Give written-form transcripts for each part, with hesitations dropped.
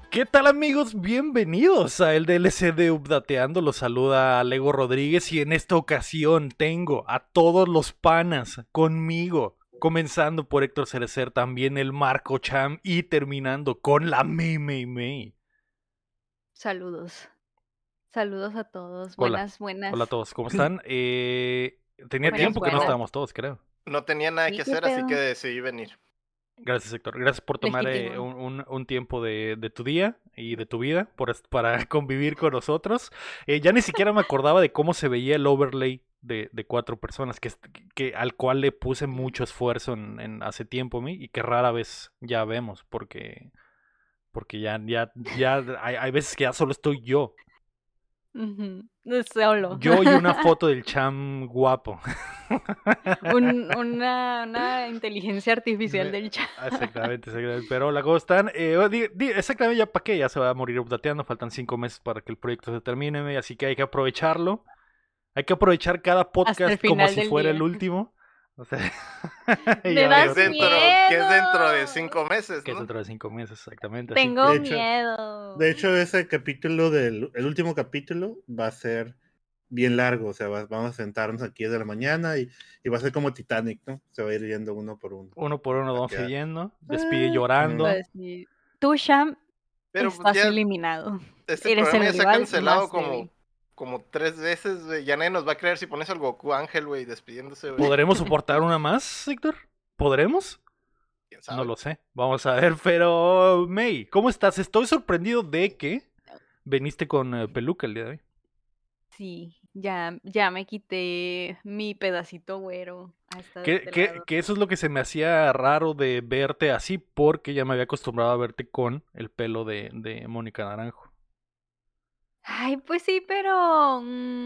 ¿Qué tal, amigos? Bienvenidos a el DLC de Updateando. Los saluda Lego Rodríguez y en esta ocasión tengo a todos los panas conmigo. Comenzando por Héctor Cerecer, también el Marco Cham y terminando con la May. Saludos. Saludos a todos. Hola, Buenas. hola a todos, ¿cómo están? Tenía Buenas, tiempo que no buenas. estábamos todos, creo. No tenía nada Sí, que ¿qué hacer, así que pedo? decidí venir. Gracias, Héctor. Gracias por tomar Legítimo. un tiempo de tu día y de tu vida para convivir con nosotros. Ya ni siquiera me acordaba de cómo se veía el overlay de 4 personas, que al cual le puse mucho esfuerzo en hace tiempo y que rara vez ya vemos, porque ya hay veces que ya solo estoy yo. Solo. Yo y una foto del Cham guapo. Una inteligencia artificial del chat. Exactamente. Pero hola, ¿cómo están? Exactamente, ya para qué, ya se va a morir updateando, faltan 5 meses para que el proyecto se termine, así que hay que aprovecharlo. Hay que aprovechar cada Hasta el podcast como final si del fuera día. el último. O sea, Me ya das veo. Que es dentro de miedo. 5 meses, Que es ¿no? dentro de 5 meses, exactamente. Así Tengo que, De hecho- miedo. De hecho, ese capítulo el último capítulo va a ser bien largo, o sea, vamos a sentarnos aquí desde la mañana y va a ser como Titanic, ¿no? Se va a ir yendo uno por uno. uno por uno Va a vamos quedar- yendo, despide llorando. Pues sí. Tú, Sham, Pero estás ya eliminado. este Eres programa el ya se ha rival cancelado más débil. como 3 veces, güey. Ya nadie nos va a creer si pones al Goku Ángel, güey, despidiéndose, güey. ¿Podremos soportar una más, Héctor? ¿Podremos? ¿Quién sabe? No lo sé, vamos a ver, pero May, ¿cómo estás? Estoy sorprendido de que veniste con peluca el día de hoy. Sí, ya me quité mi pedacito güero. Hasta de Que, este que, lado. que eso es lo que se me hacía raro de verte así, porque ya me había acostumbrado a verte con el pelo de Mónica Naranjo. Ay, pues sí, pero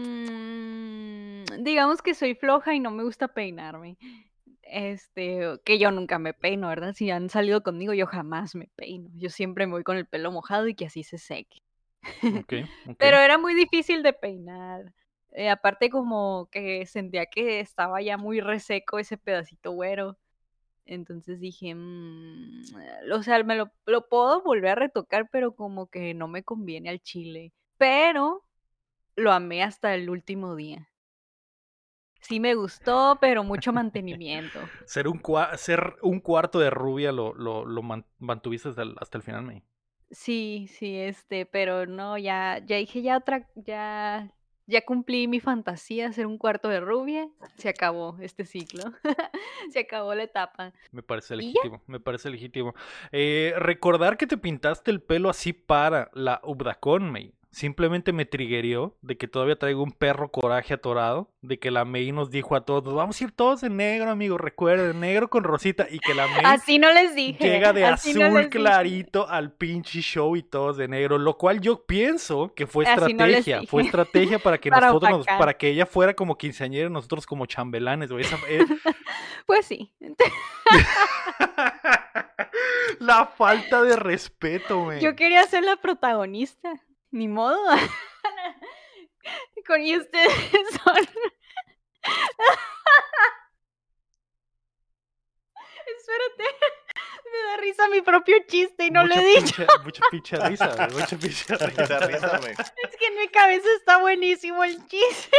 digamos que soy floja y no me gusta peinarme. Que yo nunca me peino, ¿verdad? Si han salido conmigo, yo jamás me peino. Yo siempre me voy con el pelo mojado y que así se seque. Ok. Pero era muy difícil de peinar. Aparte como que sentía que estaba ya muy reseco ese pedacito güero. Entonces dije, o sea, lo puedo volver a retocar, pero como que no me conviene al chile. Pero lo amé hasta el último día. Sí me gustó, pero mucho mantenimiento. Ser un cuarto de rubia lo mantuviste hasta el final, May. Sí, pero no, ya dije, ya cumplí mi fantasía, ser un cuarto de rubia. Se acabó este ciclo. Se acabó la etapa. Me parece ¿Y ya? legítimo, me parece legítimo. Recordar que te pintaste el pelo así para la Ubdacon, May. Simplemente me triggerió de que todavía traigo un perro coraje atorado, de que la May nos dijo a todos, vamos a ir todos de negro, amigos, recuerden, negro con rosita, y que la May Así no les dije. llega de así no azul les dije. clarito al pinche show y todos de negro, lo cual yo pienso que fue Así no les estrategia, dije. fue estrategia para que Para nosotros, opacar. para que ella fuera como quinceañera y nosotros como chambelanes, güey. Pues sí. La falta de respeto, güey. Yo quería ser la protagonista. Ni modo. Y ustedes son. Espérate. Me da risa mi propio chiste y no lo he dicho. Mucha pinche risa, güey. Mucha pinche risa. Mucha risa, güey. Es que en mi cabeza está buenísimo el chiste.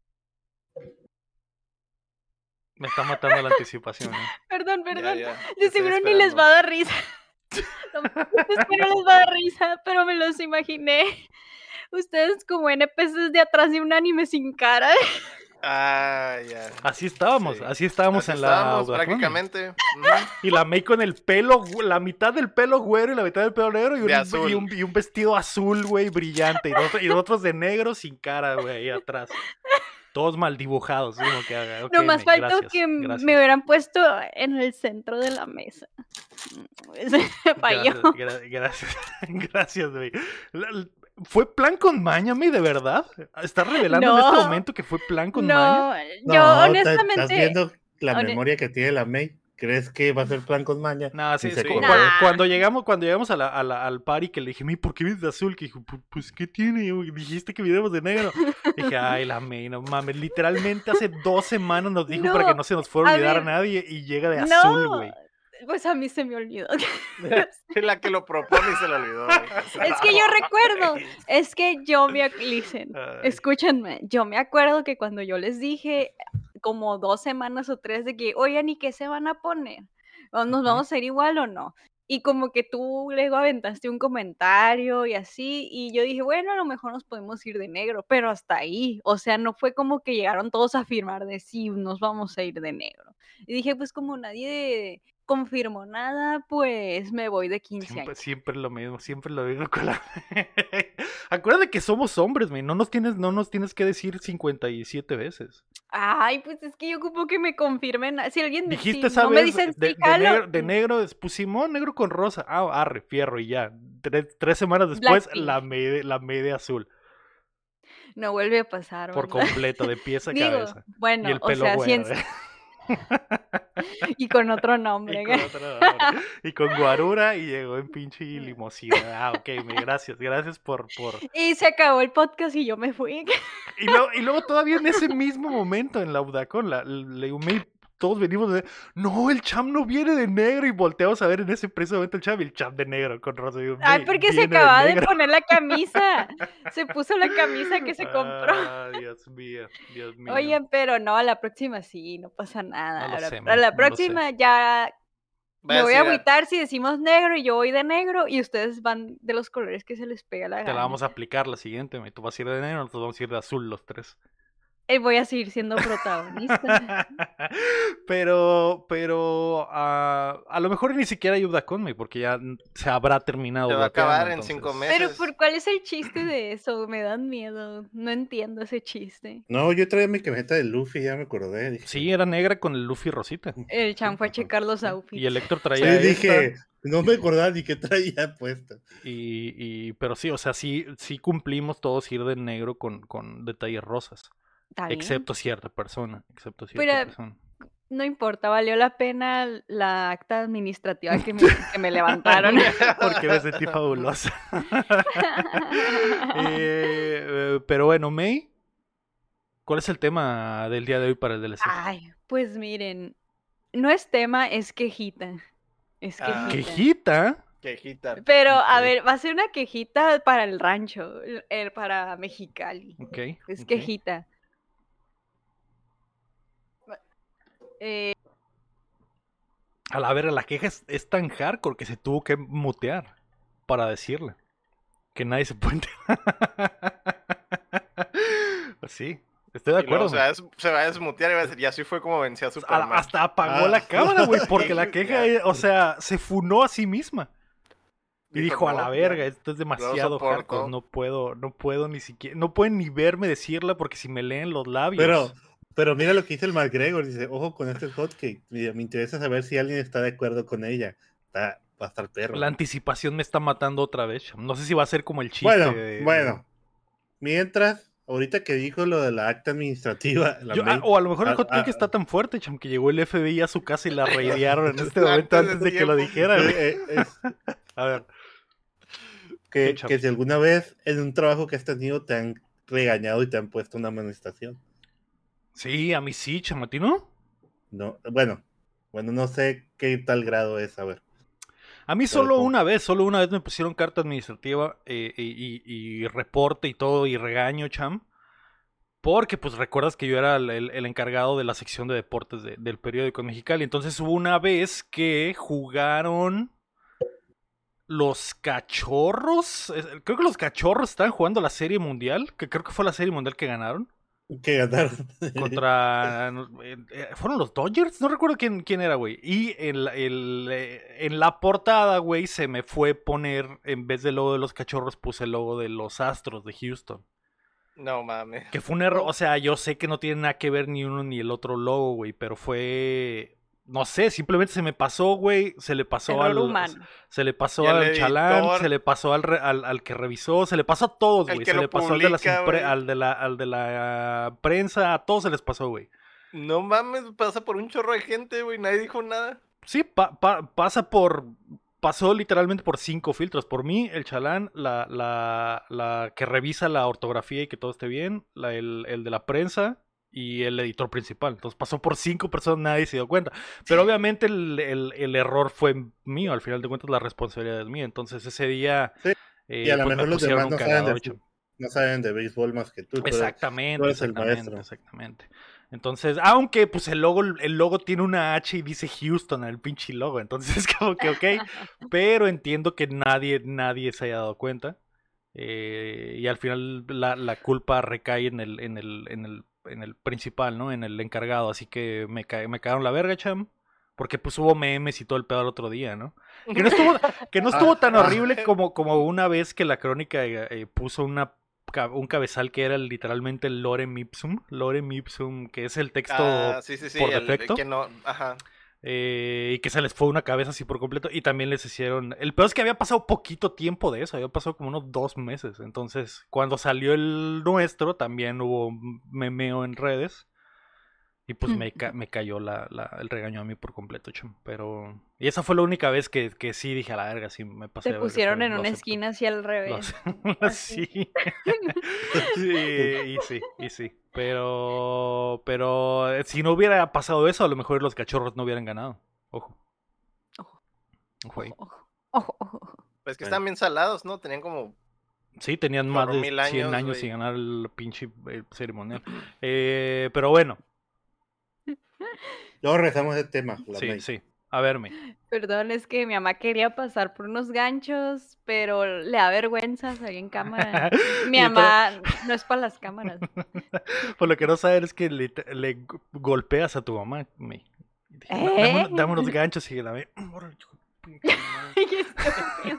Me está matando la anticipación, ¿eh? Perdón. Ya, De estoy seguro ni les esperando. va a dar risa. No les va a dar risa, pero me los imaginé. Ustedes como NPCs de atrás de un anime sin cara. Ah, ya. Así estábamos, Sí. así estábamos Así en la estábamos, Udacone. prácticamente. Y la May con el pelo, la mitad del pelo güero y la mitad del pelo negro De azul. y un vestido azul, güey, brillante. Y nosotros de negro sin cara, güey, ahí atrás. Todos mal dibujados. Como que haga. Okay, Nomás May, faltó gracias, que gracias. me hubieran puesto en el centro de la mesa. Falló. Gracias, gracias, güey. ¿Fue plan con maña, May, de verdad? ¿Estás revelando en este No. momento que fue plan con maña? No, yo honestamente. Estás viendo la memoria que tiene la May. ¿Crees que va a ser plan con maña? No, sí, Y se sí. acordó. Nah. Cuando llegamos al party, que le dije, ¿por qué vienes de azul? Que dijo, pues, ¿qué tiene? Y dijiste que vinéramos de negro. Dije, ay, la May, no mames. Literalmente hace 2 semanas nos dijo No, para que no se nos fuera a a olvidar a ver, nadie y llega de no. azul, güey. Pues a mí se me olvidó. La que lo propone y se lo olvidó, güey. Es que yo recuerdo, es que yo listen, Ay. escúchenme, yo me acuerdo que cuando yo les dije como 2 semanas o 3 de que, oigan, ¿y qué se van a poner? ¿O nos Ujú. vamos a ir igual o no? Y como que tú luego aventaste un comentario y así, y yo dije, bueno, a lo mejor nos podemos ir de negro, pero hasta ahí, o sea, no fue como que llegaron todos a firmar de sí, nos vamos a ir de negro. Y dije, pues como nadie confirmó nada, pues me voy de 15 Siempre, años. siempre lo mismo con la... Acuérdate que somos hombres, güey, no nos tienes que decir 57 veces. Ay, pues es que yo ocupo que me confirmen. Si alguien Dijiste si esa no me vez dicen de sí, jalo, negro, pues Simón, negro con rosa. Ah, arre, fierro y ya. 3 semanas después, Blackpink. la media azul. No vuelve a pasar, Por ¿verdad? completo, de pies a Digo, cabeza. Y bueno, el o pelo sea, güero. y con otro nombre. Y con otro nombre. Y con guarura y llegó en pinche limusina. Ah, ok, gracias por... Y se acabó el podcast y yo me fui. Y luego todavía en ese mismo momento en la Udacon, todos venimos de, no, el Cham no viene de negro, y volteamos a ver en ese preciso momento el Cham, y el Cham de negro con rosa. Digo, Ay, porque se viene acababa de negro". poner la camisa. Se puso la camisa que se compró. Ah, Dios mío. Oye, pero no, a la próxima sí, no pasa nada. No lo sé, A man, la no lo próxima ya me Vaya voy a a decir, agüitar si decimos negro y yo voy de negro y ustedes van de los colores que se les pega la Te gana. la vamos a aplicar la siguiente, güey. Tú vas a ir de negro, nosotros vamos a ir de azul los tres. Voy a seguir siendo protagonista. pero a lo mejor ni siquiera hay Udacon, güey, porque ya se habrá terminado. Se va a Udaqueando, acabar en entonces. 5 meses. Pero ¿cuál es el chiste de eso? Me dan miedo. No entiendo ese chiste. No, yo traía mi camioneta de Luffy, ya me acordé. Dije, Sí, era negra con el Luffy rosita. El Chan fue a checar los outfits. Y el Héctor sí, traía dije, no me acordaba ni qué traía puesto. pero sí, o sea, sí cumplimos todos ir de negro con detalles rosas. Está bien. Excepto cierta persona. Pero no importa, valió la pena la acta administrativa que me levantaron. Porque me sentí fabulosa. Pero bueno, May, ¿cuál es el tema del día de hoy para el DLC? Ay, pues miren, no es tema, es quejita. Es quejita. ¿Quejita? Quejita. Pero, a Ok. ver, va a ser una quejita para el rancho, para Mexicali. Ok. Es ok. quejita. A la verga, la queja es tan hardcore que se tuvo que mutear para decirle que nadie se puede enterar. Sí, estoy de Y luego acuerdo. se va a desmutear y va a decir, y así fue como vencí a Superman. Hasta apagó Ah. la cámara, güey, porque Sí, la ya. queja, o sea, se funó a sí misma. Y dijo, a "No, la ya, verga, esto es demasiado soporto". hardcore, no puedo ni siquiera, no pueden ni verme decirla porque si me leen los labios. Pero mira lo que dice el McGregor, dice, ojo con este hotcake, me interesa saber si alguien está de acuerdo con ella. Va a estar perro. La anticipación me está matando otra vez. No sé si va a ser como el chiste. Bueno. Mientras, ahorita que dijo lo de la acta administrativa, O a lo mejor el hotcake está tan fuerte, cham, que llegó el FBI a su casa y la raidearon en este momento antes de que lo dijera. güey. A ver. que Cham. si alguna vez en un trabajo que has tenido te han regañado y te han puesto una amonestación. Sí, a mí sí, cham, ¿a ti no? No, bueno, no sé qué tal grado es, a ver. A mí solo una vez me pusieron carta administrativa y reporte y todo y regaño, cham. Porque pues recuerdas que yo era el encargado de la sección de deportes del periódico Mexicali. Entonces hubo una vez que jugaron los Cachorros. Creo que los Cachorros estaban jugando la Serie Mundial, que creo que fue la Serie Mundial que ganaron. Que ganaron. Contra... ¿Fueron los Dodgers? No recuerdo quién era, güey. Y en la portada, güey, se me fue poner, en vez del logo de los Cachorros, puse el logo de los Astros de Houston. No mames. Que fue un error, o sea, yo sé que no tiene nada que ver ni uno ni el otro logo, güey, pero fue... No sé, simplemente se me pasó, güey, se le pasó error al... humano. Se le pasó Y al al Chalán, editor. se le pasó al que revisó, se le pasó a todos, El güey. que Se lo le pasó publica, güey. al de la prensa, a todos se les pasó, güey. No mames, pasa por un chorro de gente, güey. Nadie dijo nada. Sí, pasó literalmente por 5 filtros. Por mí, el Chalán, la que revisa la ortografía y que todo esté bien, el de la prensa y el editor principal. Entonces pasó por 5 personas, nadie se dio cuenta. Pero obviamente el error fue mío, al final de cuentas la responsabilidad es mía. Entonces ese día Sí. Y a lo pues me mejor los pusieron demás un cagadón, chum. no saben de béisbol más que tú eres Exactamente, el maestro. exactamente. Entonces, aunque pues el logo tiene una H y dice Houston en el pinche logo, entonces es como que ok, pero entiendo que nadie se haya dado cuenta. Y al final la culpa recae en el principal, ¿no? En el encargado, así que me cagaron la verga, cham. Porque pues hubo memes y todo el pedo el otro día, ¿no? Que no estuvo tan horrible como una vez que la crónica puso un cabezal que era literalmente el Lorem Ipsum, que es el texto Sí, por el defecto. que no, ajá. Y que se les fue una cabeza así por completo. Y también les hicieron. El peor es que había pasado poquito tiempo de eso. Había pasado como unos 2 meses. Entonces, cuando salió el nuestro, también hubo un memeo en redes. Y pues me cayó el regaño a mí por completo, chum. Pero. Y esa fue la única vez que sí dije a la verga, sí me pasé Te de verga, pusieron en lo una acepto. esquina así al Lo revés. acepto. Así. Sí. Sí. Pero si no hubiera pasado eso, a lo mejor los cachorros no hubieran ganado. Ojo. Ojo, Ojo ahí. ojo. Pues que Bueno. están bien salados, ¿no? Tenían como Sí, tenían más de 4,000 100 años güey. sin ganar el pinche ceremonial. Pero bueno, Luego regresamos de tema, la May. sí. A verme. Perdón, es que mi mamá quería pasar por unos ganchos, pero le da vergüenza salir en cámara. Mi Y mamá no es para las cámaras. por lo que no sabes es que le golpeas a tu mamá. Y dije, ¿Eh? dame unos ganchos y la ve. Qué estúpido.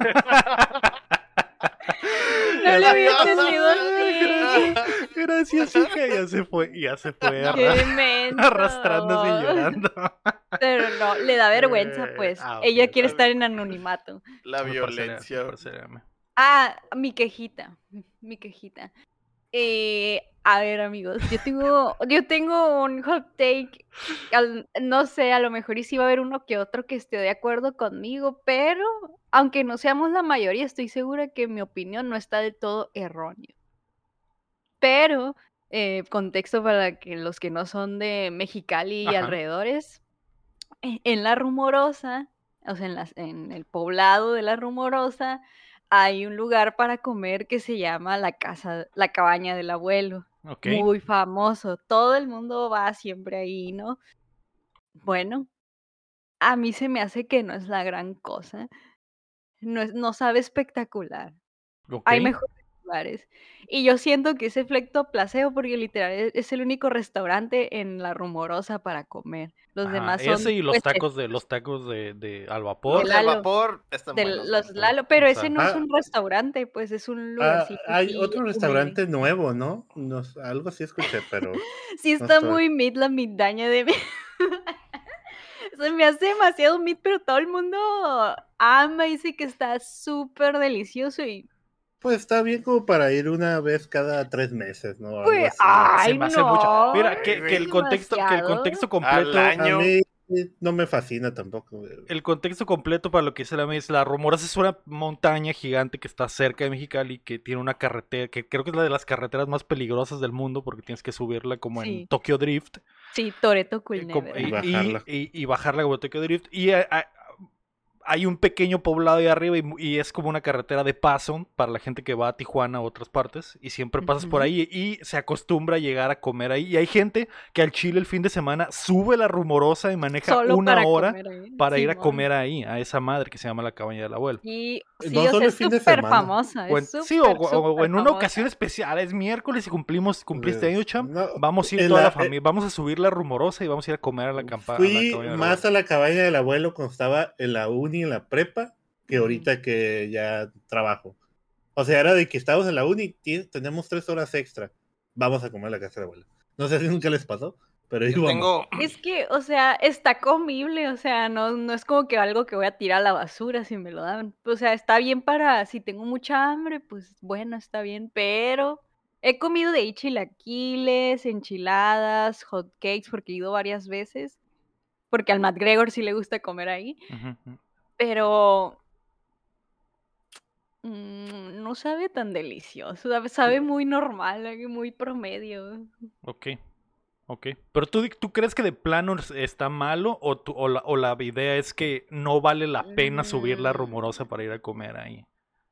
No le había entendido así. Gracias, hija. Ya se fue Qué menso. arrastrándose y llorando. Pero no, le da vergüenza, pues. Ok, Ella quiere ok. estar en anonimato. La Me violencia. parecería. Ah, mi quejita. A ver, amigos, yo tengo un hot take. No sé, a lo mejor y sí va a haber uno que otro que esté de acuerdo conmigo, pero aunque no seamos la mayoría, estoy segura que mi opinión no está del todo errónea. Pero, contexto para que los que no son de Mexicali y Ajá. alrededores, en La Rumorosa, o sea, en el poblado de La Rumorosa, hay un lugar para comer que se llama la cabaña del abuelo. Ok. Muy famoso. Todo el mundo va siempre ahí, ¿no? Bueno, a mí se me hace que no es la gran cosa. No sabe espectacular. Ok. Hay mejores lugares. Y yo siento que ese efecto placebo, porque literal es el único restaurante en La Rumorosa para comer. Los Ajá, demás ese son, y pues, los tacos de al de vapor. Los del Lalo. vapor están De buenos, los güey. Lalo, pero ese no es Ah, un restaurante, pues es un lugarcito hay así otro humilde. restaurante nuevo, ¿no? Algo así escuché, pero Sí no está estoy. muy mid la midaña de mí. Se me hace demasiado mid, pero todo el mundo ama y dice que está súper delicioso y Pues está bien como para ir una vez cada 3 meses, ¿no? Algo pues, así. Se ay me hace mucho. no, Mira, Ay, que güey. el demasiado. contexto Al completo. A año. mí no me fascina tampoco. El contexto completo para lo que es la Rumorosa es una montaña gigante que está cerca de Mexicali, que tiene una carretera, que creo que es la de las carreteras más peligrosas del mundo, porque tienes que subirla como en Sí, Tokyo Drift. sí, Toretto Cool Y, Y Never. bajarla. y bajarla como Tokyo Drift. Y hay un pequeño poblado ahí arriba y es como una carretera de paso para la gente que va a Tijuana u otras partes y siempre pasas por Ujú. ahí y se acostumbra a llegar a comer ahí. Y hay gente que al Chile el fin de semana sube la Rumorosa y maneja Solo 1 para hora comer ahí, para ir a simón. comer ahí, a esa madre que se llama la cabaña del abuelo. Sí, No o sea, solo el es fin de súper semana. famosa, O es sí, súper o en una famosa. ocasión especial, es miércoles y cumpliste año, cham. No, Vamos a ir en toda la la, familia, vamos a subir la Rumorosa y vamos a ir a comer a la fui cabaña del más abuelo. a la cabaña del abuelo cuando estaba en la uni, en la prepa, que Ujú. ahorita que ya trabajo. O sea, era de que estábamos en la uni, tenemos 3 horas extra. Vamos a comer a la casa del abuelo. No sé si nunca les pasó, pero Yo íbamos. tengo. Es que, o sea, está comible, o sea, no es como que algo que voy a tirar a la basura si me lo dan. O sea, está bien para si tengo mucha hambre, pues bueno, está bien, pero he comido de ahí chilaquiles, enchiladas, hot cakes, porque he ido varias veces, porque al Matt Gregor sí le gusta comer ahí, Ujú. pero no sabe tan delicioso, sabe muy normal, muy promedio. Ok. Ok. Pero tú crees que de plano está malo o la idea es que no vale la pena subir la rumorosa para ir a comer ahí.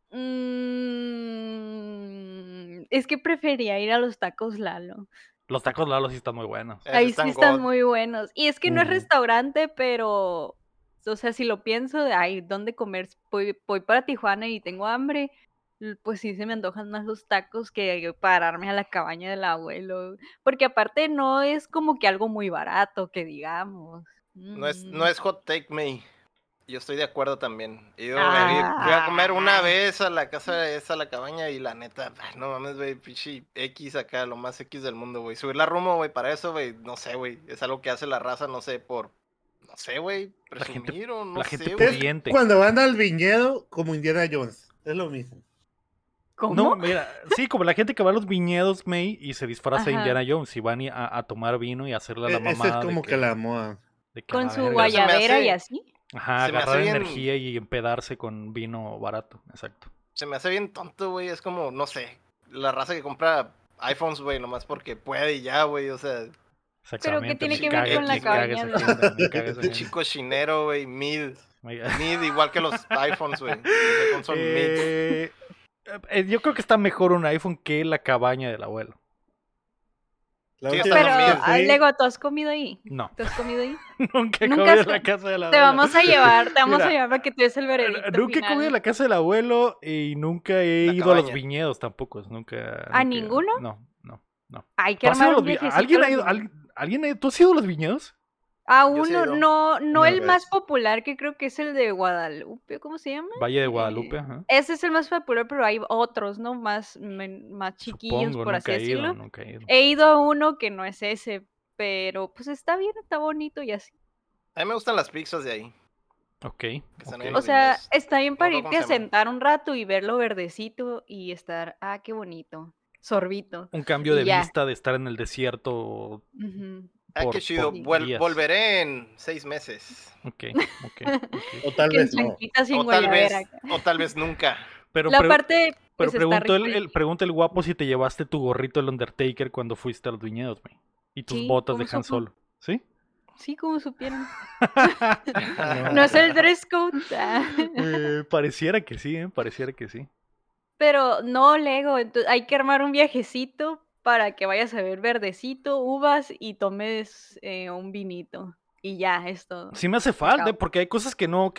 Es que prefería ir a los tacos Lalo. Los tacos Lalo sí están muy buenos. Esos Ahí sí están están God. muy buenos. Y es que no es Ujú. restaurante, pero, o sea, si lo pienso de, ay, ¿dónde comer? Voy para Tijuana y tengo hambre, pues sí se me antojan más los tacos que pararme a la cabaña del abuelo. Porque aparte no es como que algo muy barato, que digamos. No es hot take me. Yo estoy de acuerdo también. Fui Ah. a comer una vez a la casa esa, a la cabaña, y la neta, ay, no mames, güey, pinche X acá, lo más X del mundo, güey. Subir la rumo, güey, para eso, güey, no sé, güey. Es algo que hace la raza, no sé, no sé, güey, La gente- presumir o no la gente sé, Es güey. pudiente. cuando van al viñedo como Indiana Jones. Es lo mismo. ¿Cómo? No, mira, sí, como la gente que va a los viñedos, May, y se disfraza de Ajá. Indiana Jones y van a tomar vino y hacerle a la Esa es mamada como de que la moda. de que a Con la su verga. Pero se me guayabera y hace- así. Ajá, se me hace agarrar bien- energía y empedarse con vino barato, exacto. Se me hace bien tonto, güey. Es como, no sé, la raza que compra iPhones, güey, nomás porque puede y ya, güey. O sea, Pero ¿qué Exactamente. tiene Me que ver caga- con la me caga cabaña esa de- gente, me caga esa gente. chico chinero, güey, mid. Me- Mid igual que los iPhones, güey. Los iPhones son mid. Yo creo que está mejor un iPhone que la cabaña del abuelo. La Sí, última Pero, está vez que bien. fui, Lego, ¿tú has comido ahí? No, ¿Tú has comido ahí? nunca he Nunca comido has- en la casa del Te abuelo. vamos a llevar Mira, para que te des el veredicto Nunca he comido en final. la casa del abuelo y nunca he La ido a los cabaña. viñedos tampoco. Nunca. ¿A nunca- ninguno? No. Hay que ¿Tú has ido a armar los un viñedos? viajecito a los viñedos. ¿Tú has ido a los viñedos? A Yo sí he uno, ido. no Una el más vez. popular, que creo que es el de Guadalupe, ¿cómo se llama? Valle de Guadalupe, ajá. Ese es el más popular, pero hay otros, ¿no? Más chiquillos, Supongo, por así decirlo. nunca he ido. He ido a uno que no es ese, pero pues está bien, está bonito y así. A mí me gustan las pizzas de ahí. Ok. Que están ok. ahí en O los sea, viñedos. está bien No para me irte acuerdo a cómo se llaman. sentar un rato y verlo verdecito y estar, qué bonito, sorbito. Un cambio de Y ya. vista de estar en el desierto Ujú. Qué chido. por días. Volveré en 6 meses. Ok. o tal Que en vez no. chanclitas sin O guayabera. tal vez nunca. Pero, La parte, pero pues está preguntó rico. pregunta el guapo si te llevaste tu gorrito del Undertaker cuando fuiste a los viñedos, güey. Y tus Sí, botas de ¿cómo Han supo? Solo. ¿Sí? Sí, como supieron. No. No es el dress code. Pareciera que sí, pareciera que sí. Pero no, Lego, hay que armar un viajecito para que vayas a ver verdecito, uvas y tomes un vinito. Y ya, es todo. Sí me hace Se falta, acabó. porque hay cosas que no.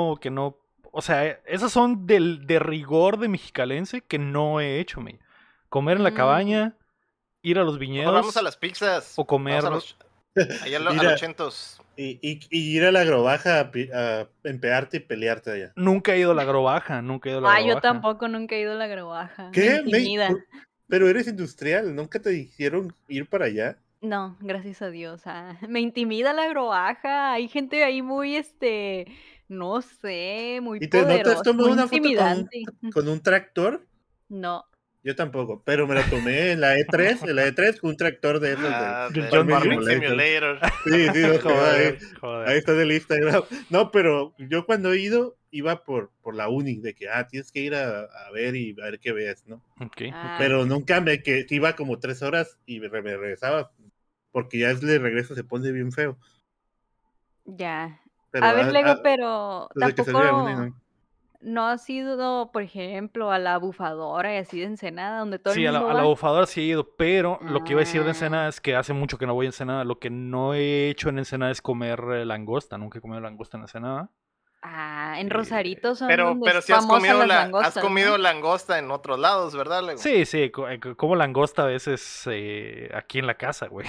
O sea, esas son de rigor de mexicalense que no he hecho, me. Comer en la Mm. cabaña, ir a los Mejor viñedos. vamos a las pizzas. O comer- Vamos allá a Mira. los Chentos. Y ir a la agrobaja a empearte y pelearte allá. Nunca he ido a la agrobaja, nunca he ido a la Yo agrobaja. tampoco nunca he ido a la Grobaja. ¿Qué? Me intimida. Pero eres industrial, ¿nunca te dijeron ir para allá? No, gracias a Dios. Me intimida la Grobaja. Hay gente ahí muy, no sé, muy ¿Y no te has poderosa, tomado muy una foto intimidante. con un tractor? No. Yo tampoco, pero me la tomé en la E3 con un tractor de esos Del Del John Farming Deere. Simulator. Sí, lo que va ahí. Joder. Ahí está del Instagram. No, pero yo cuando he ido, iba por la uni, de que, tienes que ir a ver y a ver qué ves, ¿no? Ok. Pero nunca que iba como 3 horas y me regresaba, porque ya de regreso se pone bien feo. Ya. Pero, A ver, Lego, pero desde que salí de la uni, tampoco no has ido, por ejemplo, a la bufadora y así de Ensenada, donde todo Sí, el mundo a la va. bufadora sí he ido, pero lo que iba a decir de Ensenada Ah. es que hace mucho que no voy a Ensenada. Lo que no he hecho en Ensenada es comer langosta. Nunca he comido langosta en Ensenada. En Rosarito son Pero donde es sí has famosas comido, las has langostas, comido ¿no? langosta en otros lados, ¿verdad, Lego? Sí, como langosta a veces aquí en la casa, güey.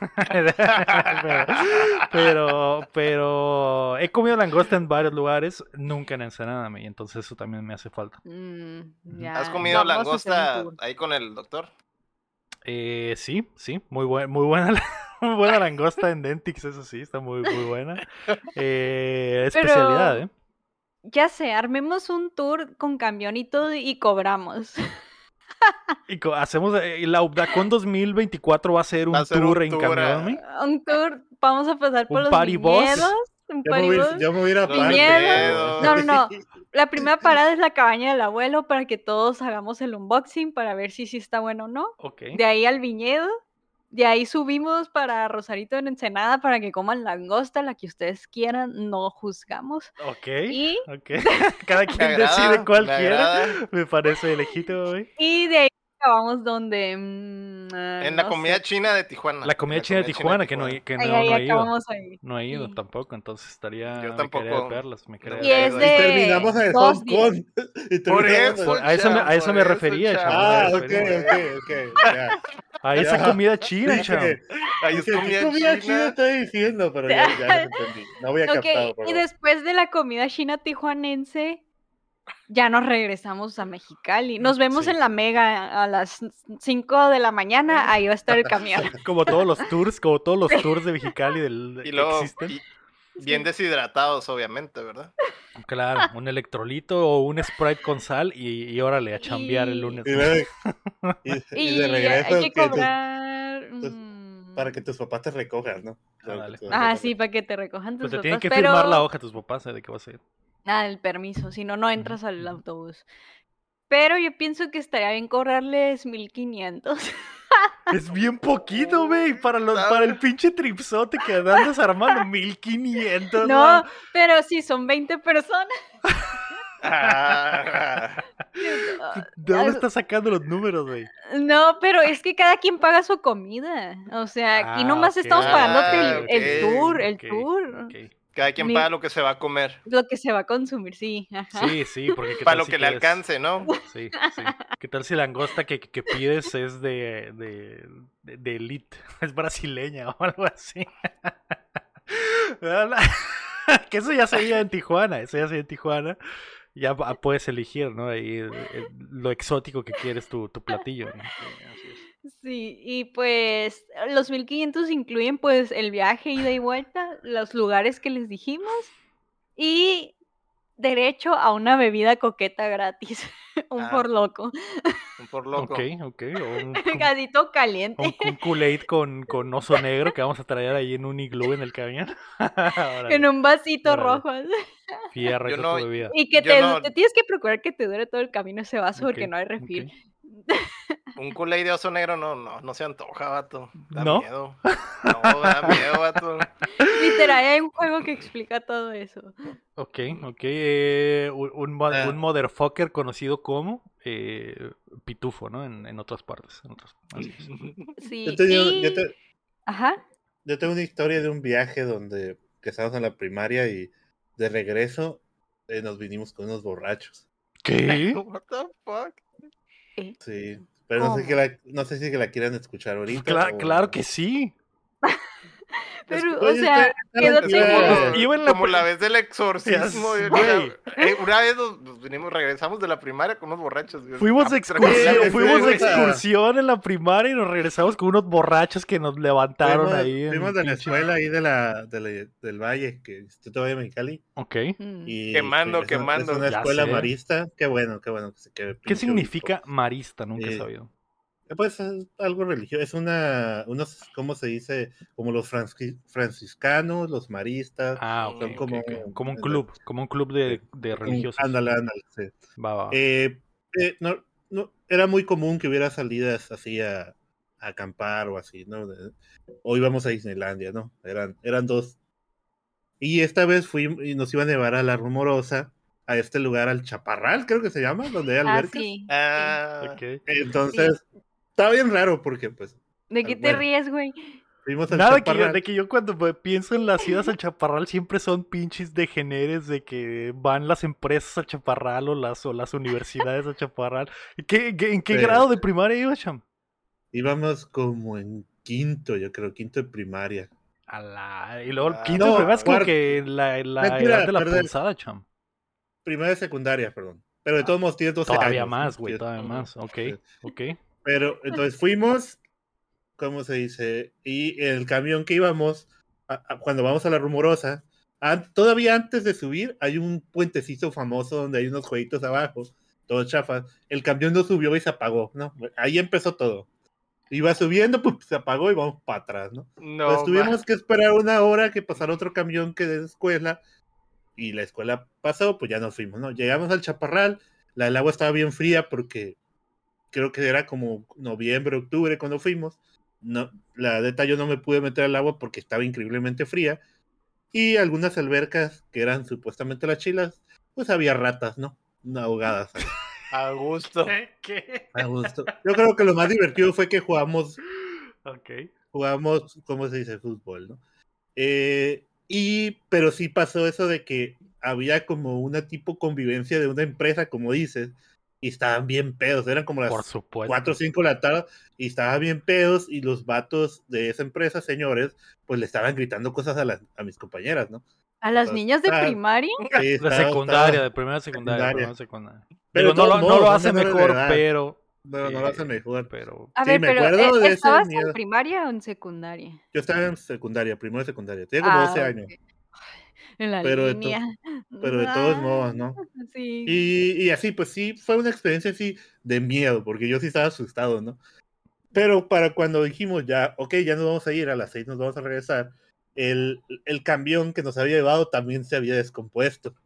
pero he comido langosta en varios lugares, nunca en Ensenada, y entonces eso también me hace falta. Ya, ¿Has comido vamos a hacer un langosta tour. ahí con el doctor? Sí, muy buena, muy buena langosta en Dentix, eso sí, está muy buena. Especialidad, Pero, ya sé, armemos un tour con camión y todo y cobramos. Y hacemos la UBDACON 2024 va a ser un tour en camión, ¿eh? Un tour, vamos a pasar por Un los party bus. viñedos. Un Ya party bus. me voy a ir a Los Parque. viñedos. viñedos. No. La primera parada es la cabaña del abuelo para que todos hagamos el unboxing para ver si sí está bueno o no. Ok. De ahí al viñedo. De ahí subimos para Rosarito en Ensenada para que coman langosta, la que ustedes quieran, no juzgamos. Ok, Y, ok. Cada quien agrada, decide cuál me quiere. agrada. Me parece legítimo, güey. y de ahí acabamos donde... En la no comida sé. china de Tijuana. La comida china de Tijuana, que no, Ahí no he ido. acabamos ahí. No he ido Sí. tampoco, entonces Yo me quedaría de tampoco. perlas. Me quedaría No Y de es perlas. Y de terminamos en 2 Hong días. Kong. Y Por terminamos eso, en- A eso me por refería, eso, chavo. Ah, me ok, refería. ok. Ya. A esa Ya. comida china, cham. Dije, Ahí es dije, ¿qué comida comida china china. estoy diciendo? Pero ya lo entendí. No había Ok, captado, y perdón. después de la comida china tijuanense, ya nos regresamos a Mexicali. Nos vemos Sí. en la Mega a las 5 de la mañana, ahí va a estar el camión. Como todos los tours de Mexicali Y que luego, existen. bien deshidratados, obviamente, ¿verdad? Claro, un electrolito o un Sprite con sal y órale, a chambear el Y- lunes. Y, ¿no? luego- y de Y regreso hay que que cobrar... para que tus papás te recojan, ¿no? Ándale. Ah, sí, para que te recojan tus Pues te tienen papás, que firmar la pero... hoja tus papás de que vas a ir. Ah, el permiso, si no, no entras Ujú, al ujú. autobús. Pero yo pienso que estaría bien cobrarles 1,500. Es bien poquito, güey, para el ¿Sabes? pinche tripsote que andas armando 1500. No, pero si son 20 personas. Ah, ¿De dónde estás sacando los números, güey? No, pero es que cada quien paga su comida. O sea, aquí nomás estamos pagándote el tour, el tour. ok. cada quien Ni- paga lo que se va a comer. Lo que se va a consumir, sí. Ajá. Sí, porque qué Para tal lo si que le quieres- alcance, ¿no? Sí. ¿Qué tal si la langosta que pides es de elite? Es brasileña o algo así. Que eso ya sería en Tijuana, Ya puedes elegir, ¿no? Ahí lo exótico que quieres tu platillo, ¿no? Sí, así es. Sí, y pues los 1,500 incluyen pues el viaje, ida y vuelta, los lugares que les dijimos y derecho a una bebida coqueta gratis. Un Ah. por loco. Un por loco. Ok. O un Gadito caliente. Kool-Aid con oso negro que vamos a traer ahí en un iglú en el camión. Órale, En un vasito órale. rojo. Fierra Yo con no- tu bebida. Y que Yo no- te tienes que procurar que te dure todo el camino ese vaso porque Ok, no hay refil. Un Kool-Aid de oso negro no se antoja, vato. Da ¿No? miedo. No, da miedo, vato. Literal, hay un juego que explica todo eso. Ok. Ah. Un motherfucker conocido como pitufo, ¿no? En otras partes. Así es. Sí, Yo, te digo- y... yo te- Ajá. yo tengo una historia de un viaje donde que estábamos en la primaria y de regreso nos vinimos con unos borrachos. ¿Qué? What the fuck? Sí, pero no sé, ¿Cómo? no sé si que la quieran escuchar ahorita. Claro que sí. Pero, o Oye, sea, ¿qué edad Es tenías? Iba en la como pri- la vez del exorcismo. Yes, güey. güey. Una vez regresamos de la primaria con unos borrachos. güey. Fuimos de tranquilamente, güey. excursión en la primaria y nos regresamos con unos borrachos que nos levantaron ahí. Fuimos en de la pinche- escuela ahí del Valle, que Instituto Valle Mexicali. Ok. Mm. Y Quemando, es quemando. una Ya escuela sé. marista. Qué bueno que se quede. ¿Qué pinche significa marista? Nunca he Eh, sabido. Pues es algo religioso. Es ¿cómo se dice? Como los franciscanos, los maristas. Ok. son como Como un club de religiosos. Ándale, sí. Va. No, era muy común que hubiera salidas así a acampar o así, ¿no? O íbamos a Disneylandia, ¿no? Eran dos. Y esta vez y nos iban a llevar a La Rumorosa, a este lugar, al Chaparral, creo que se llama, donde hay albercas. Sí. Ah, Ok. Entonces, estaba bien raro porque, pues, ¿De qué te bueno. ríes, güey? fuimos al Nada Chaparral. de que yo cuando pienso en las idas al Chaparral siempre son pinches degeneres de que van las empresas al Chaparral o las universidades al Chaparral. ¿En qué Sí. grado de primaria ibas, cham? Íbamos como en quinto, yo creo, quinto de primaria. Y luego el quinto No, de primaria es como cuarto. que la Mentira, edad de la perdón. punzada, cham. Primaria secundaria, perdón. Pero de todos modos tiene 12 Todavía años. más, ¿no? güey, Sí. todavía más. Ok. Pero entonces fuimos, ¿cómo se dice? Y en el camión que íbamos, cuando vamos a La Rumorosa, todavía antes de subir, hay un puentecito famoso donde hay unos jueguitos abajo, todos chafas. El camión no subió y se apagó, ¿no? Ahí empezó todo. Iba subiendo, pues se apagó y vamos para atrás, ¿no? no. Pues tuvimos que esperar una hora que pasara otro camión que de escuela, y la escuela pasó, pues ya nos fuimos, ¿no? Llegamos al Chaparral, el agua estaba bien fría porque creo que era como noviembre, octubre cuando fuimos. no, la neta yo no me pude meter al agua porque estaba increíblemente fría. Y algunas albercas que eran supuestamente las chilas, pues había ratas, ¿no? Ahogadas ahí. A gusto. ¿Qué? A gusto. Yo creo que lo más divertido fue que jugamos, Ok. ¿cómo se dice? Fútbol, ¿no? Pero sí pasó eso de que había como una tipo convivencia de una empresa, como dices, y estaban bien pedos, eran como Por las supuesto. 4 o 5 de la tarde, y estaban bien pedos, y los vatos de esa empresa, señores, pues le estaban gritando cosas a mis compañeras, ¿no? ¿A las niñas de primaria? Sí, De secundaria, de primera secundaria, primera secundaria. Pero Digo, de todos no modos, lo son hace menores de mejor, edad. pero... No lo hace mejor. Pero... A Sí, ver, me pero acuerdo de ese ¿estabas miedo. en primaria o en secundaria? Yo estaba en secundaria, primero de secundaria. Tenía como 12 Ah, años. ok. En la Pero línea. de todos modos, ¿no? Sí. Y así, pues sí, fue una experiencia así de miedo, porque yo sí estaba asustado, ¿no? Pero para cuando dijimos ya, ok, ya nos vamos a ir, a las 6 nos vamos a regresar, el camión que nos había llevado también se había descompuesto.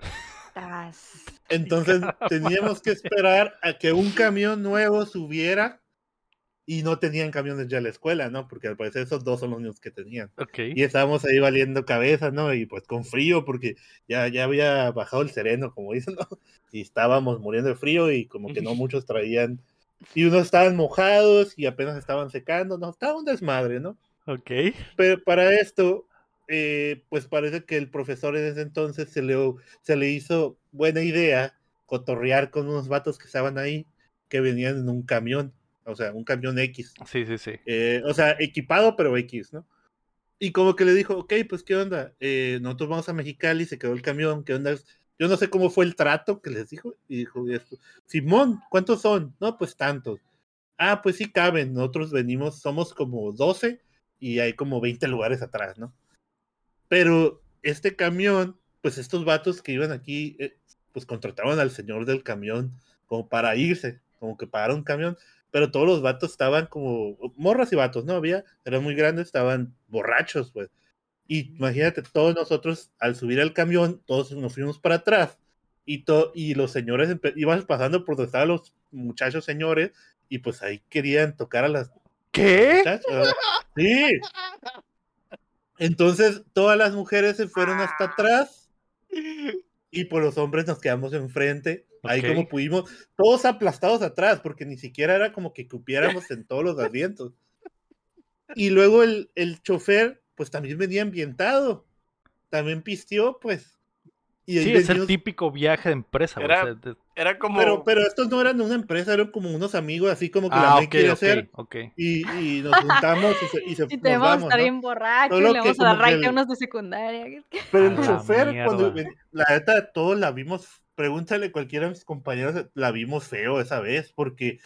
Entonces teníamos que esperar a que un camión nuevo subiera y no tenían camiones ya en la escuela, ¿no? Porque al parecer esos 2 son los únicos que tenían. Okay. Y estábamos ahí valiendo cabeza, ¿no? Y pues con frío, porque ya había bajado el sereno, como dicen, ¿no? Y estábamos muriendo de frío y como que no muchos traían. Y unos estaban mojados y apenas estaban secando, ¿no? Estaba un desmadre, ¿no? Ok. Pero para esto, pues parece que el profesor en ese entonces se le hizo buena idea cotorrear con unos vatos que estaban ahí, que venían en un camión, o sea, un camión X. Sí, sí, sí. O sea, equipado, pero X, ¿no? Y como que le dijo, ok, pues, ¿qué onda? Nosotros vamos a Mexicali, se quedó el camión, ¿qué onda? Yo no sé cómo fue el trato que les dijo, y dijo esto, Simón, ¿cuántos son? No, pues tantos. Ah, pues sí caben, nosotros venimos, somos como 12 y hay como 20 lugares atrás, ¿no? Pero este camión, pues estos vatos que iban aquí, pues contrataban al señor del camión como para irse, como que pagaron un camión, pero todos los vatos estaban como, morras y vatos, ¿no? Eran muy grandes, estaban borrachos, pues. Y imagínate, todos nosotros al subir al camión, todos nos fuimos para atrás y los señores iban pasando por donde estaban los muchachos señores y pues ahí querían tocar a las ¿Qué? muchachas. Sí. Entonces todas las mujeres se fueron hasta atrás y por los hombres nos quedamos enfrente. Ahí Ok. como pudimos, todos aplastados atrás, porque ni siquiera era como que cupiéramos en todos los asientos. Y luego el chofer, pues también venía ambientado, también pisteó, pues. Y ahí Sí, es el venimos, típico viaje de empresa. güey, o sea, Era como. pero estos no eran una empresa, eran como unos amigos, así como que la Ah, May ok, quiere ok, hacer. ok. Y nos juntamos y Y nos tenemos que vamos, estar ¿no? bien borrachos, Solo le que vamos a dar como que raite a unos de secundaria. pero A el la chofer, cuando mierda. la neta, todos la vimos, pregúntale a cualquiera de mis compañeros, la vimos feo esa vez, porque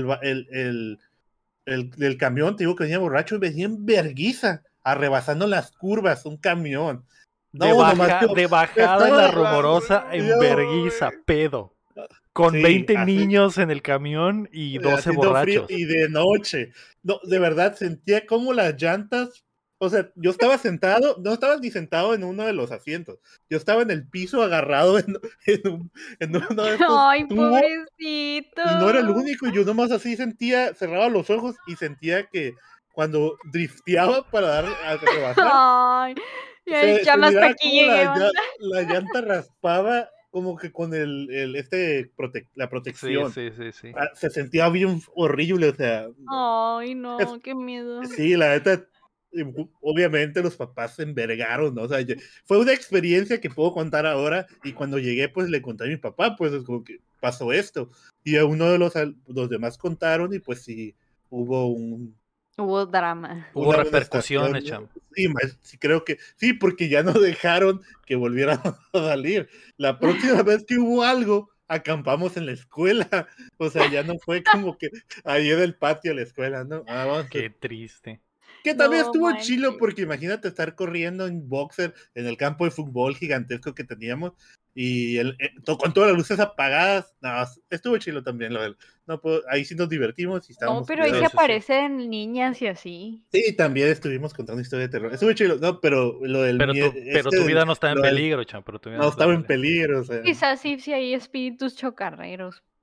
el camión, te digo que venía borracho y venía en verguiza, arrebasando las curvas, un camión. No, nomás que De bajada en la estaba, rumorosa en yo, verguiza, pedo. Con sí, 20 así, niños en el camión y 12 haciendo frío borrachos. y de noche. No, de verdad sentía como las llantas, o sea, yo estaba sentado, no estaba ni sentado en uno de los asientos, yo estaba en el piso agarrado en uno de estos Ay, tubos pobrecito. y no era el único, y yo nomás así sentía, cerraba los ojos y sentía que cuando drifteaba para dar a rebasar, Ay, se ya más hasta miraba aquí como llegué, banda. la llanta raspaba como que con la Sí, protección. sí, sí, sí. Se sentía bien horrible, o sea, Ay, no, qué miedo. sí, la neta, obviamente los papás se envergaron, ¿no? O sea, fue una experiencia que puedo contar ahora y cuando llegué, pues le conté a mi papá, pues es como que pasó esto. Y a uno de los demás contaron y pues sí, hubo Hubo drama. Hubo una amonestación, repercusiones, ¿no? cham. Sí, sí, creo que sí, porque ya no dejaron que volvieran a salir. La próxima vez que hubo algo, acampamos en la escuela. O sea, ya no fue como que ahí en el patio de la escuela, ¿no? Qué triste. Que también No estuvo chilo manches. porque imagínate estar corriendo en boxer en el campo de fútbol gigantesco que teníamos y con todas las luces apagadas. No, estuvo chilo también. No, ahí sí nos divertimos y No, estábamos pero ahí Sí, se cuidados. sí, sí. aparecen niñas y así. Sí, también estuvimos contando historia de terror. Estuvo chilo, no, pero lo del Pero tu vida no estaba en peligro, cham. Pero tu vida no no estaba estaba en en peligro. peligro, o sea. Quizás sí hay espíritus chocarreros.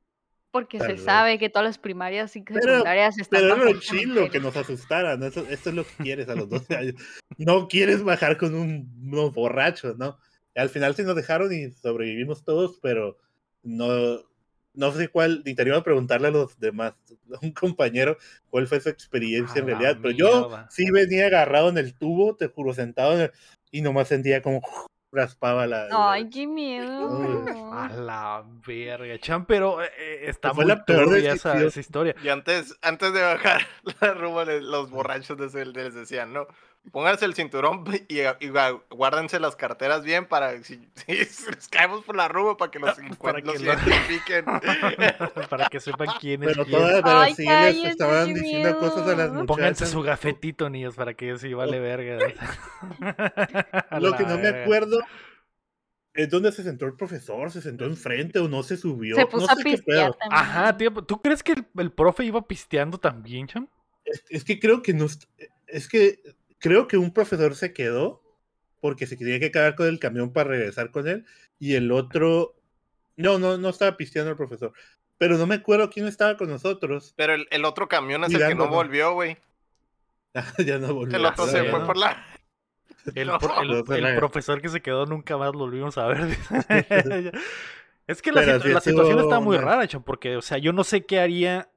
Porque Tal se vez. sabe que todas las primarias y Pero, secundarias están pero bajo era el chilo que cementerio. nos asustaran, ¿no? Eso es lo que quieres a los 12 años. No quieres bajar con unos borrachos, ¿no? Y al final sí nos dejaron y sobrevivimos todos, pero no, no sé cuál, ni te iba a preguntarle a los demás, a un compañero, cuál fue su experiencia A en la realidad. Pero yo mierda. sí venía agarrado en el tubo, te juro, sentado y nomás sentía como raspaba Ay, qué Uy, miedo. A la verga, Chan, pero está fue muy la peor turbia esa decisión. historia. Y antes de bajar la rumba, los borrachos les decían, no, pónganse el cinturón y guárdense las carteras bien para si les caemos por la rumba para que Para los que identifiquen. para que sepan quién es Pero quién. pero Ay, sí les cállense, estaban qué diciendo cosas a las miedo. Pónganse muchachas. su gafetito, niños, para que sí vale verga. A Lo que la no me verga. acuerdo es dónde se sentó el profesor, se sentó enfrente o no se Se subió, no puso a sé qué pistear pedo. Ajá, también. tío, ¿tú crees que el profe iba pisteando también, Chan? Es que creo que no, es que creo que un profesor se quedó porque se tenía que quedar con el camión para regresar con él y el otro, no estaba pisteando el profesor, pero no me acuerdo quién estaba con nosotros Pero el otro camión es el que no cuidándonos. volvió, güey. Ya no El volvió. Ya otro se sé, fue por ¿no? la... No. El profesor que se quedó nunca más lo volvimos a ver. Es que Pero sí la situación está estuvo muy rara, Chan, porque, o sea, yo no sé qué haría.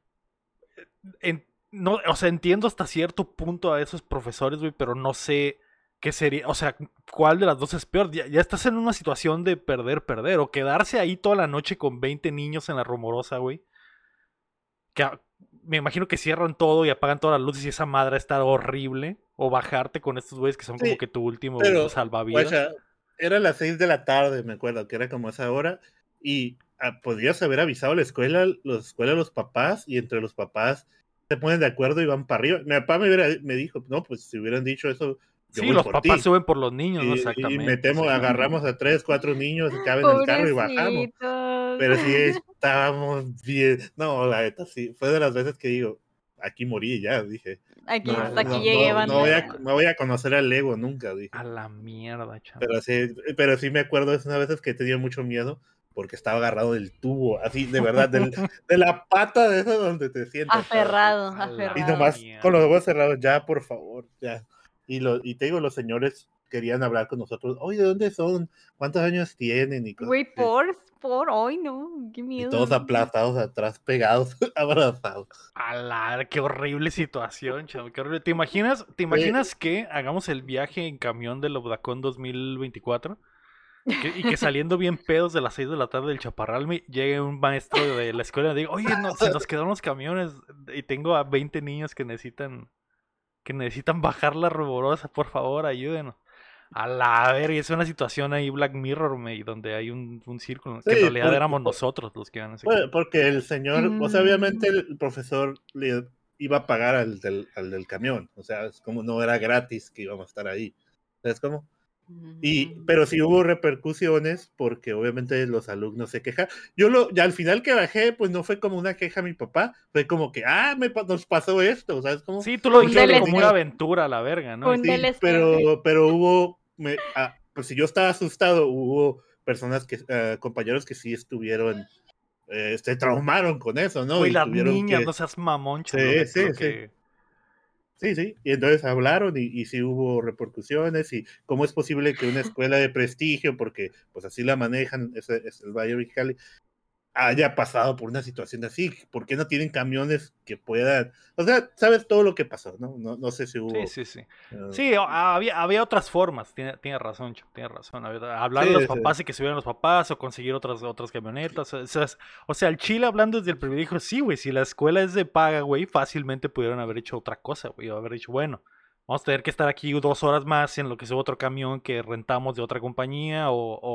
No, o sea, entiendo hasta cierto punto a esos profesores, güey, pero no sé qué sería, o sea, cuál de las dos es peor. Ya estás en una situación de perder, o quedarse ahí toda la noche con 20 niños en la rumorosa, güey. Que me imagino que cierran todo y apagan todas las luces y esa madre está horrible. O bajarte con estos güeyes que son como Sí, que tu último pero, salvavidas. guacha, era las 6 de la tarde, me acuerdo, que era como esa hora, y podrías haber avisado a la escuela, a los papás, y entre los papás se ponen de acuerdo y van para arriba. Mi papá me dijo, no, pues si hubieran dicho eso, yo Sí, voy los por papás ti. suben por los niños, ¿no? Y Exactamente, sí. agarramos a 3, 4 niños que caben en el carro y bajamos. Pobrecitos. Pero sí estábamos bien. No, la neta, sí, fue de las veces que digo, aquí morí ya, dije. Aquí, A hasta aquí la llegué, banda. mierda. No voy a conocer al Lego nunca, dije. A la mierda, chamo. Pero sí me acuerdo de esas veces que he tenido mucho miedo porque estaba agarrado del tubo, así, de verdad, de la pata de esa donde te sientas. Aferrado, A la Y aferrado. nomás con los mierda. ojos cerrados, ya, por favor, ya. Y te digo, los señores querían hablar con nosotros. Oye, ¿de dónde son? ¿Cuántos años tienen? Y cosas Güey, así. hoy no, qué Y todos miedo. aplastados atrás, pegados, abrazados. A la, qué horrible situación, chamo, qué horrible. ¿Te Fue- imaginas que hagamos el viaje en camión del Obdacón 2024? Y que saliendo bien pedos de las 6 de la tarde del Chaparral llegue un maestro de la escuela y diga, oye, no, se nos quedaron los camiones y tengo a 20 niños que necesitan bajar la ruborosa, por favor, ayúdenos. A la verga, es una situación ahí Black Mirror, donde hay un círculo, que en Sí, realidad éramos nosotros los que iban a ese camión. porque el señor, o sea, Mm. obviamente el profesor le iba a pagar al del camión, o sea, es como no era gratis que íbamos a estar ahí, ¿sabes cómo? Pero sí hubo repercusiones porque obviamente los alumnos se quejan. Ya al final que bajé, pues no fue como una queja a mi papá, fue como que, nos pasó esto, ¿sabes cómo? Sí, tú lo Un dijiste Los como DLC. una niños, aventura a la verga, ¿no? Un sí, DLC. pero pues si yo estaba asustado, hubo personas compañeros que sí estuvieron, se traumaron con eso, ¿no? Güey, Y las tuvieron niñas, que, no seas mamoncha, sí, lo sí, sí. que... Sí, sí, y entonces hablaron y sí hubo repercusiones y cómo es posible que una escuela de prestigio, porque pues así la manejan, es el Valle Mexicali, haya pasado por una situación así. ¿Por qué no tienen camiones que puedan? O sea, sabes todo lo que pasó, ¿no? No sé si Sí, hubo... sí, sí. uh, Sí, había otras formas, tiene razón, Chuck, tiene razón. Hablarle a los sí, sí. papás y que subieran los papás o conseguir otras camionetas. O sea, el Chile hablando desde el privilegio, sí, güey, si la escuela es de paga, güey, fácilmente pudieron haber hecho otra cosa, güey, haber dicho, bueno, vamos a tener que estar aquí 2 horas más en lo que sube otro camión que rentamos de otra compañía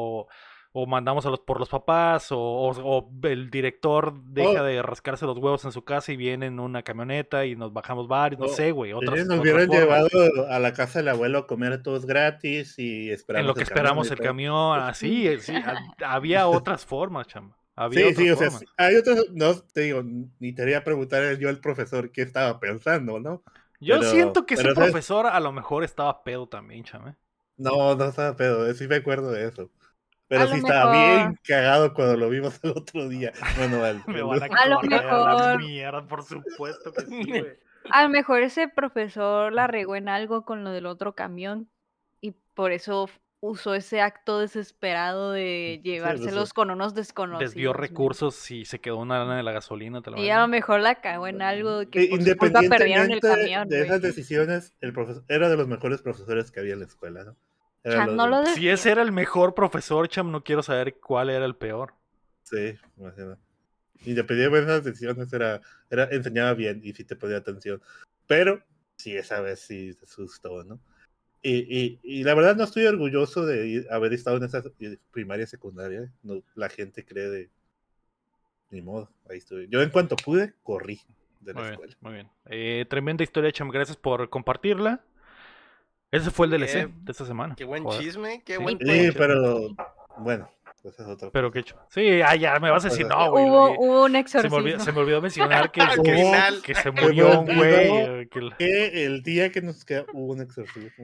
o mandamos por los papás o el director deja Oh, de rascarse los huevos en su casa y viene en una camioneta y nos bajamos varios, no oh, sé, güey, sí, otras nos hubieran formas. llevado a la casa del abuelo a comer todos gratis y En lo esperamos que el camión esperamos y el todo. camión, así, sí, había otras formas, chamba. Había Sí, sí, otras o sea, formas. hay otros, no te digo, ni te voy a preguntar yo al profesor qué estaba pensando, ¿no? Yo siento que ese ¿sabes? profesor a lo mejor estaba pedo también, chame. No estaba pedo, sí me acuerdo de eso. Pero A sí lo estaba mejor. bien cagado cuando lo vimos el otro día. Bueno, Me van a A lo correr a la mejor. mierda, por supuesto que sí, güey. A lo mejor ese profesor la regó en algo con lo del otro camión y por eso usó ese acto desesperado de llevárselos con unos desconocidos. Desvió men. recursos y se quedó una lana de la gasolina, te lo Y a lo mejor la cagó en algo que por su culpa perdieron el Independientemente camión, de esas güey. decisiones, el profesor era de los mejores profesores que había en la escuela, ¿no? Era Chan, no lo Si ese era el mejor profesor, Cham, no quiero saber cuál era el peor. Sí, imagino. Independientemente de esas decisiones, enseñaba bien y sí te ponía atención. Pero sí, esa vez sí se asustó, ¿no? Y la verdad no estoy orgulloso de haber estado en esa primaria secundaria. ¿Eh? No, la gente cree de... Ni modo, ahí estuve. Yo en cuanto pude, corrí de la escuela. Muy bien. Tremenda historia, Cham. Gracias por compartirla. Ese fue el DLC de esta semana. Qué buen Joder. chisme, qué Sí. buen Sí, pero bueno, pues es otra Pero cosa. qué hecho. Sí, ya me vas a decir, no, güey. Hubo un Se exorcismo. me olvidó mencionar que, Al final. que se Se me murió un olvidó güey. que el día que nos queda hubo un exorcismo.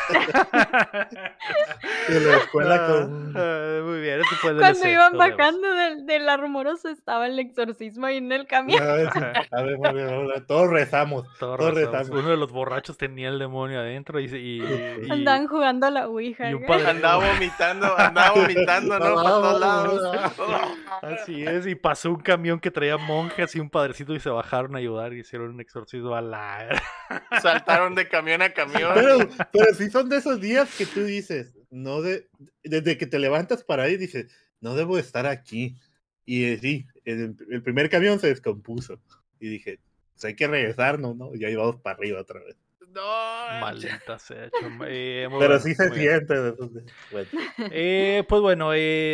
De la escuela con... Muy bien, este fue el Cuando DLC. iban Nos vemos. bajando de la rumorosa estaba el exorcismo ahí en el camión. A ver, todos rezamos. Todos rezamos. Uno de los borrachos tenía el demonio adentro y Andaban jugando a la ouija. y un güey. padre. Andaba vomitando, ¿no? Para todos lados. Así es, y pasó un camión que traía monjas y un padrecito y se bajaron a ayudar y hicieron un exorcismo a la... Saltaron de camión a camión. Pero sí son de esos días que tú dices, desde que te levantas para ahí, dices, no debo estar aquí. Y sí, el primer camión se descompuso. Y dije, pues hay que regresar, ¿no? Y ahí vamos para arriba otra vez. No, Maldita sea. Pero sí se siente. Bueno. Pues bueno,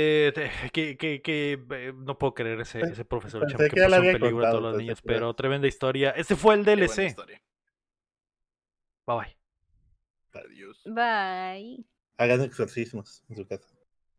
no puedo creer ese profesor Pensé Cham, que que ya lo puso en había peligro a todos contado, los niños, pensé que ya. pero tremenda historia. Este fue el qué buena DLC. historia. Bye bye. Adiós. Bye. Hagan exorcismos en su casa.